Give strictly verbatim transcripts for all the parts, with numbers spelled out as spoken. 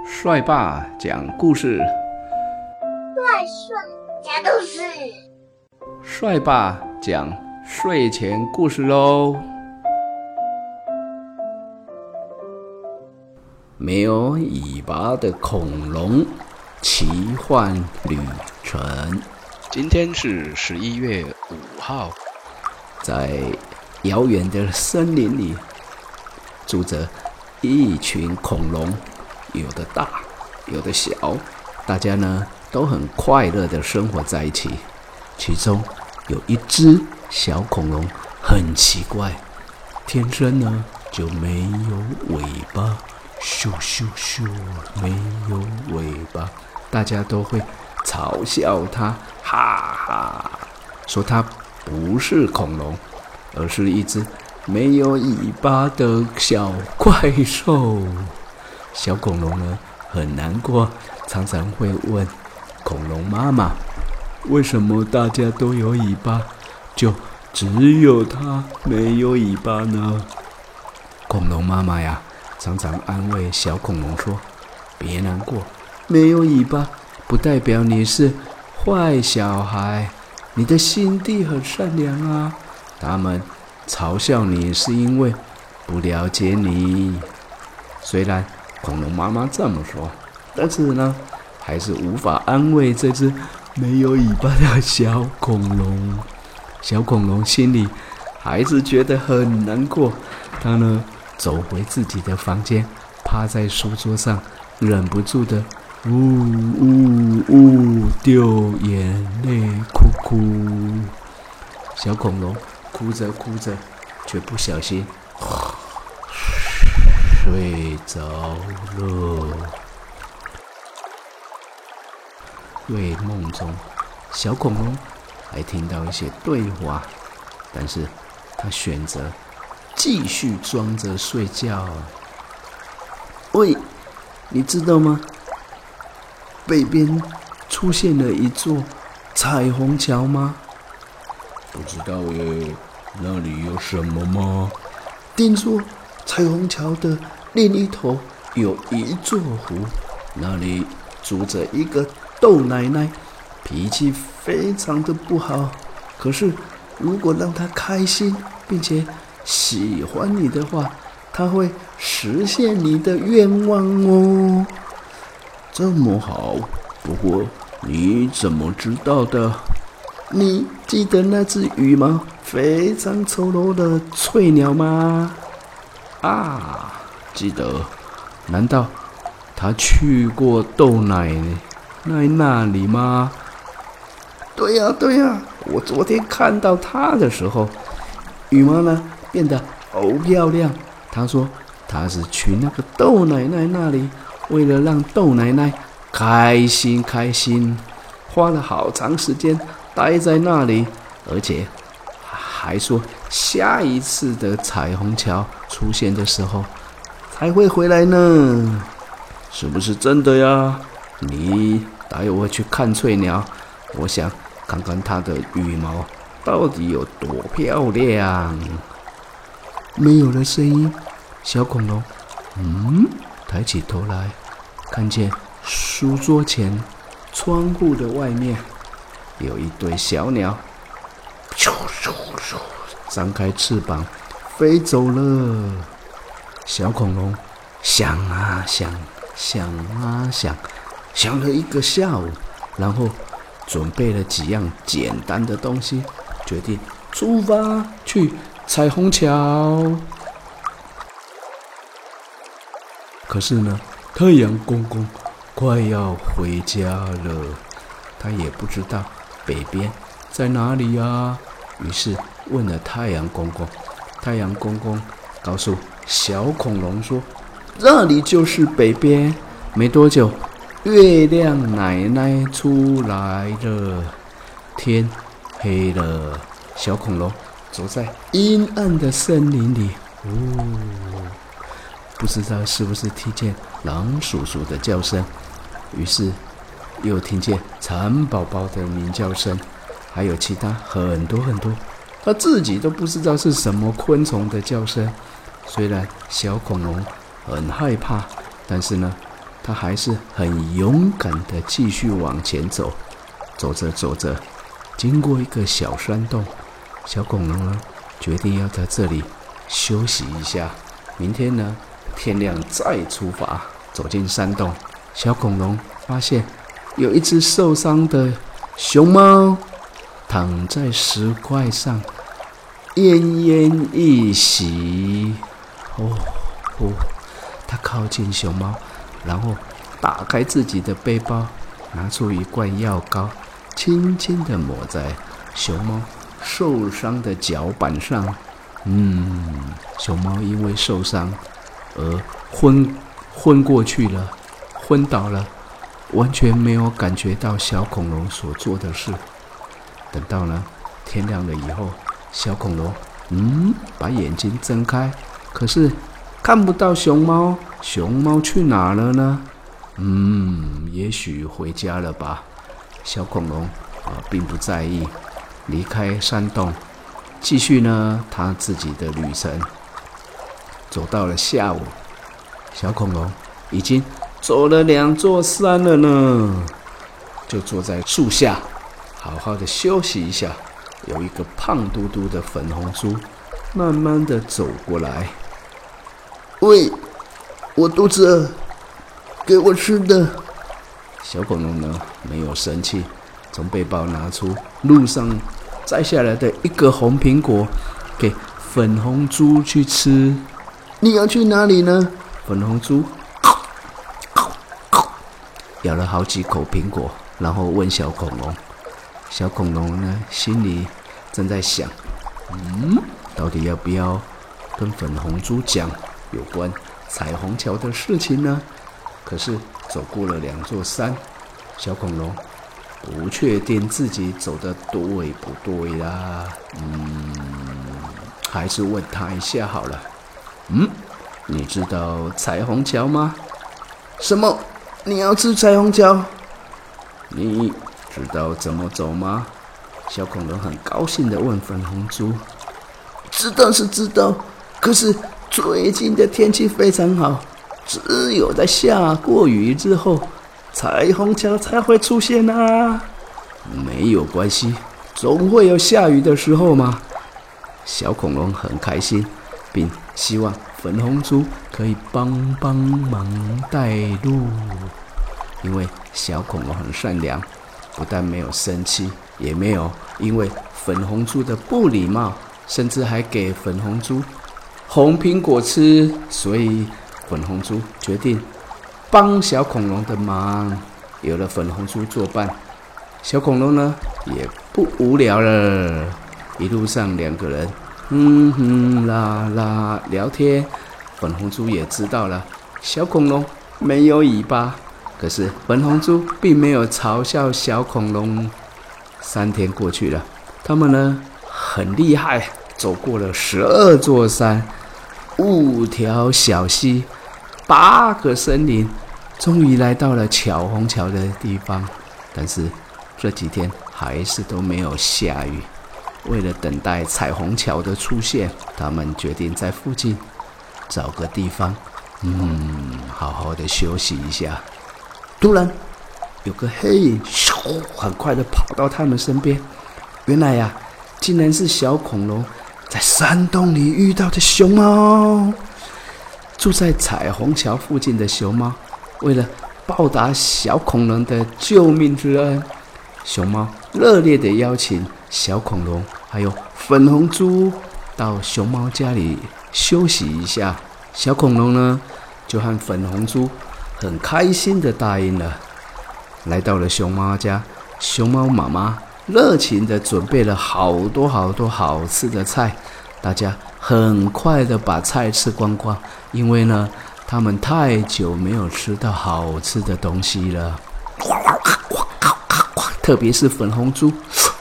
帅爸讲故事， 帅帅讲故事， 帅爸讲睡前故事喽。没有尾巴的恐龙奇幻旅程。今天是十一月五号，在遥远的森林里住着一群恐龙，有的大，有的小，大家呢都很快乐的生活在一起。其中有一只小恐龙很奇怪，天生呢就没有尾巴，咻咻咻，没有尾巴，大家都会嘲笑它，哈哈，说它不是恐龙，而是一只没有尾巴的小怪兽。小恐龙呢很难过，常常会问恐龙妈妈，为什么大家都有尾巴，就只有它没有尾巴呢？恐龙妈妈呀常常安慰小恐龙说，别难过，没有尾巴不代表你是坏小孩，你的心地很善良啊，他们嘲笑你是因为不了解你。虽然恐龙妈妈这么说，但是呢还是无法安慰这只没有尾巴的小恐龙。小恐龙心里还是觉得很难过，他呢走回自己的房间，趴在书桌上，忍不住的呜呜呜掉眼泪，哭哭。小恐龙哭着哭着，却不小心睡着了。睡梦中，小恐龙还听到一些对话，但是他选择继续装着睡觉。喂，你知道吗？北边出现了一座彩虹桥吗？不知道耶，那里有什么吗？听说彩虹桥的另一头有一座湖，那里住着一个豆奶奶，脾气非常的不好，可是如果让她开心并且喜欢你的话，她会实现你的愿望哦。这么好，不过你怎么知道的？你记得那只羽毛非常丑陋的翠鸟吗？啊，记得。难道他去过豆奶奶那里吗？对呀对呀，我昨天看到他的时候，羽毛呢变得好漂亮。他说他是去那个豆奶奶那里，为了让豆奶奶开心开心，花了好长时间待在那里，而且还说下一次的彩虹桥出现的时候才会回来呢。是不是真的呀？你带我去看翠鸟，我想看看它的羽毛到底有多漂亮。没有了声音，小恐龙嗯抬起头来，看见书桌前窗户的外面有一对小鸟，咻咻咻，张开翅膀飞走了。小恐龙想啊想，想啊想，想了一个下午，然后准备了几样简单的东西，决定出发去彩虹桥。可是呢，太阳公公快要回家了，他也不知道北边在哪里啊，于是问了太阳公公。太阳公公告诉小恐龙说，这里就是北边。没多久，月亮奶奶出来了，天黑了。小恐龙走在阴暗的森林里，哦，不知道是不是听见狼叔叔的叫声，于是又听见蚕宝宝的鸣叫声，还有其他很多很多他自己都不知道是什么昆虫的叫声。虽然小恐龙很害怕，但是呢他还是很勇敢地继续往前走。走着走着，经过一个小山洞，小恐龙呢决定要在这里休息一下。明天呢，天亮再出发。走进山洞，小恐龙发现有一只受伤的熊猫躺在石块上，奄奄一息。哦哦，他靠近熊猫，然后打开自己的背包，拿出一罐药膏，轻轻地抹在熊猫受伤的脚板上。嗯，熊猫因为受伤而昏昏过去了，昏倒了，完全没有感觉到小恐龙所做的事。等到呢天亮了以后，小恐龙嗯把眼睛睁开，可是看不到熊猫，熊猫去哪了呢？嗯，也许回家了吧。小恐龙啊并不在意，离开山洞，继续呢他自己的旅程。走到了下午，小恐龙已经走了两座山了呢，就坐在树下好好的休息一下。有一个胖嘟嘟的粉红猪慢慢的走过来， 喂，我肚子饿，给我吃的。 小恐龙呢没有生气，从背包拿出路上摘下来的一个红苹果，给粉红猪去吃。 你要去哪里呢？ 粉红猪咬了好几口苹果，然后问小恐龙。小恐龙呢心里正在想，嗯，到底要不要跟粉红猪讲有关彩虹桥的事情呢？可是走过了两座山，小恐龙不确定自己走的对不对啦。嗯，还是问他一下好了。嗯，你知道彩虹桥吗？ 什么？你要吃彩虹桥？ 你知道怎么走吗？小恐龙很高兴地问粉红猪。 知道是知道，可是最近的天气非常好，只有在下过雨之后，彩虹桥才会出现啊。 没有关系，总会有下雨的时候嘛。小恐龙很开心，并希望粉红猪可以帮帮忙带路。因为小恐龙很善良，不但没有生气，也没有因为粉红猪的不礼貌，甚至还给粉红猪红苹果吃，所以粉红猪决定帮小恐龙的忙。有了粉红猪作伴，小恐龙呢也不无聊了。一路上两个人嗯哼啦啦聊天，粉红猪也知道了小恐龙没有尾巴，可是粉红猪并没有嘲笑小恐龙。三天过去了，他们呢很厉害，走过了十二座山，五条小溪，八个森林，终于来到了巧虹桥的地方。但是这几天还是都没有下雨。为了等待彩虹桥的出现，他们决定在附近找个地方，嗯，好好的休息一下。突然，有个黑影咻，很快的跑到他们身边。原来呀、啊，竟然是小恐龙在山洞里遇到的熊猫。住在彩虹桥附近的熊猫，为了报答小恐龙的救命之恩，熊猫热烈的邀请小恐龙还有粉红猪到熊猫家里休息一下。小恐龙呢，就和粉红猪很开心的答应了。来到了熊猫家，熊猫妈妈热情的准备了好多好多好吃的菜，大家很快的把菜吃光光，因为呢，他们太久没有吃到好吃的东西了。特别是粉红猪，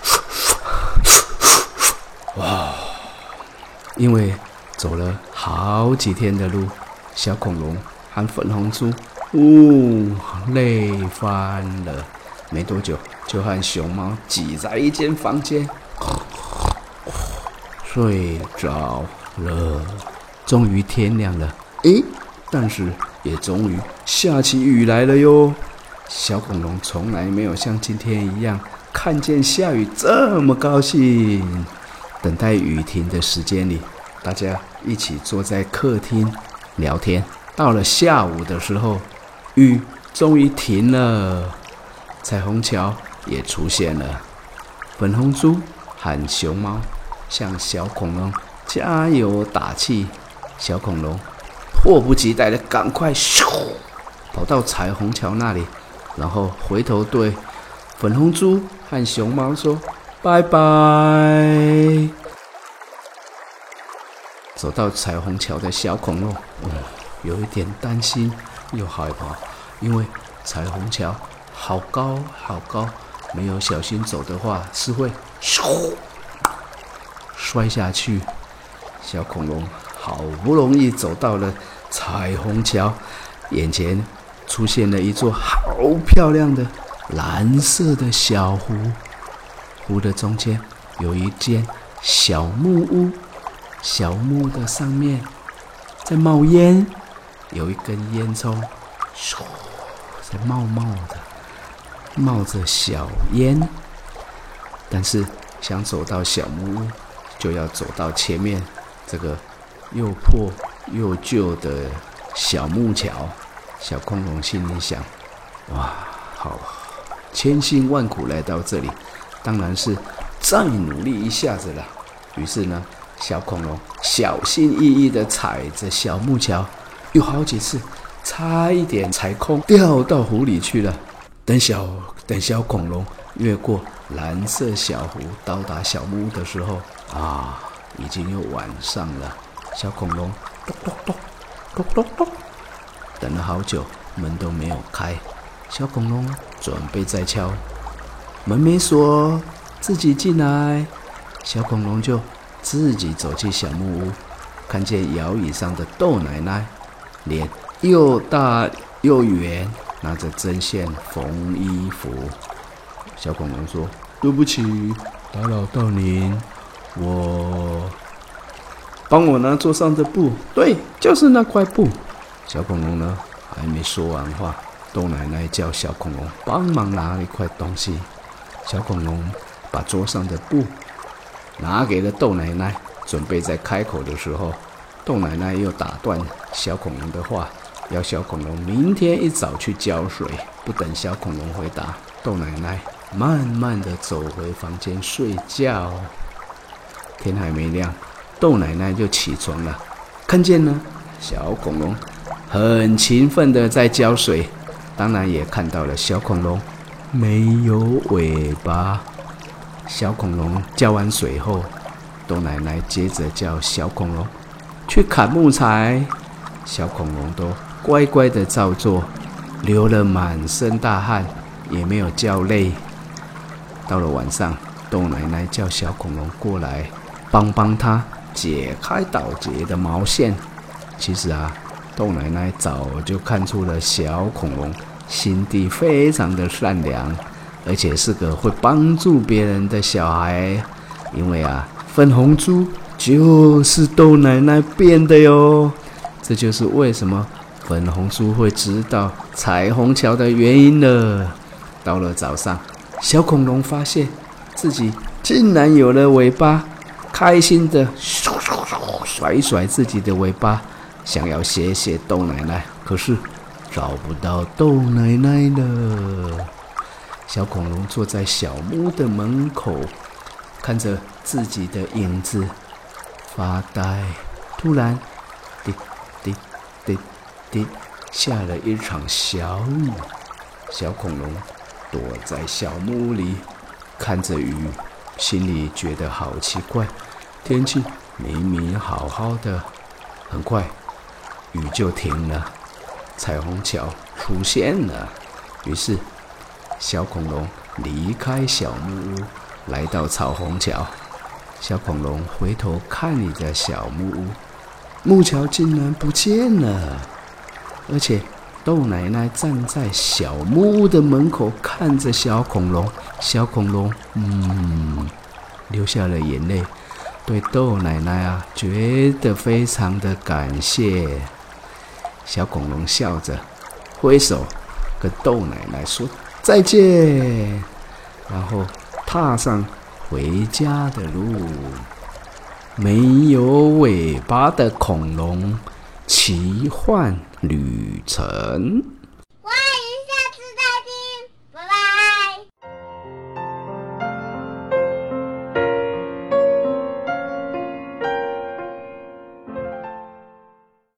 哇！因为走了好几天的路，小恐龙和粉红猪，呜、哦，累翻了。没多久，就和熊猫挤在一间房间，睡着了。终于天亮了，诶，但是也终于下起雨来了哟。小恐龙从来没有像今天一样看见下雨这么高兴。等待雨停的时间里，大家一起坐在客厅聊天。到了下午的时候，雨终于停了，彩虹桥也出现了。粉红猪和熊猫向小恐龙加油打气，小恐龙迫不及待的赶快咻跑到彩虹桥那里，然后回头对粉红猪和熊猫说拜拜。走到彩虹桥的小恐龙、嗯、有一点担心又害怕，因为彩虹桥好高好高，没有小心走的话是会咻摔下去。小恐龙好不容易走到了彩虹桥，眼前出现了一座好漂亮的蓝色的小湖，湖的中间有一间小木屋，小木的上面在冒烟，有一根烟囱咻在冒冒的冒着小烟。但是想走到小木屋，就要走到前面这个又破又旧的小木桥。小恐龙心里想，哇，好，千辛万苦来到这里，当然是再努力一下子了。于是呢，小恐龙小心翼翼地踩着小木桥，有好几次差一点踩空，掉到湖里去了。等小等小恐龙越过蓝色小湖，到达小木屋的时候，啊，已经又晚上了。小恐龙咚咚咚咚咚咚，等了好久，门都没有开。小恐龙准备再敲，门没锁，自己进来。小恐龙就自己走进小木屋，看见摇椅上的豆奶奶，脸又大又圆，拿着针线缝衣服。小恐龙说：“对不起，打扰到您，我帮我拿桌上的布。”对，就是那块布。小恐龙呢，还没说完话，豆奶奶叫小恐龙帮忙拿了一块东西。小恐龙把桌上的布拿给了豆奶奶，准备在开口的时候，豆奶奶又打断小恐龙的话，要小恐龙明天一早去浇水。不等小恐龙回答，豆奶奶慢慢地走回房间睡觉。天还没亮，豆奶奶就起床了，看见呢，小恐龙很勤奋地在浇水，当然也看到了小恐龙没有尾巴。小恐龙浇完水后，豆奶奶接着叫小恐龙去砍木材，小恐龙都乖乖地照做，流了满身大汗，也没有叫累。到了晚上，豆奶奶叫小恐龙过来帮帮她解开倒结的毛线。其实啊，豆奶奶早就看出了小恐龙心地非常的善良，而且是个会帮助别人的小孩。因为啊，粉红猪就是豆奶奶变的哟。这就是为什么粉红猪会知道彩虹桥的原因了。到了早上，小恐龙发现自己竟然有了尾巴，开心的甩甩自己的尾巴，想要谢谢豆奶奶，可是找不到豆奶奶了。小恐龙坐在小木屋的门口，看着自己的影子发呆。突然，滴滴滴滴，下了一场小雨。小恐龙躲在小木屋里，看着雨，心里觉得好奇怪。天气明明好好的，很快雨就停了，彩虹桥出现了。于是小恐龙离开小木屋，来到彩虹桥。小恐龙回头看着小木屋，木桥竟然不见了，而且豆奶奶站在小木屋的门口看着小恐龙。小恐龙嗯，流下了眼泪，对豆奶奶啊觉得非常的感谢。 小恐龙笑着挥手跟豆奶奶说再见，然后踏上回家的路。没有尾巴的恐龙奇幻旅程。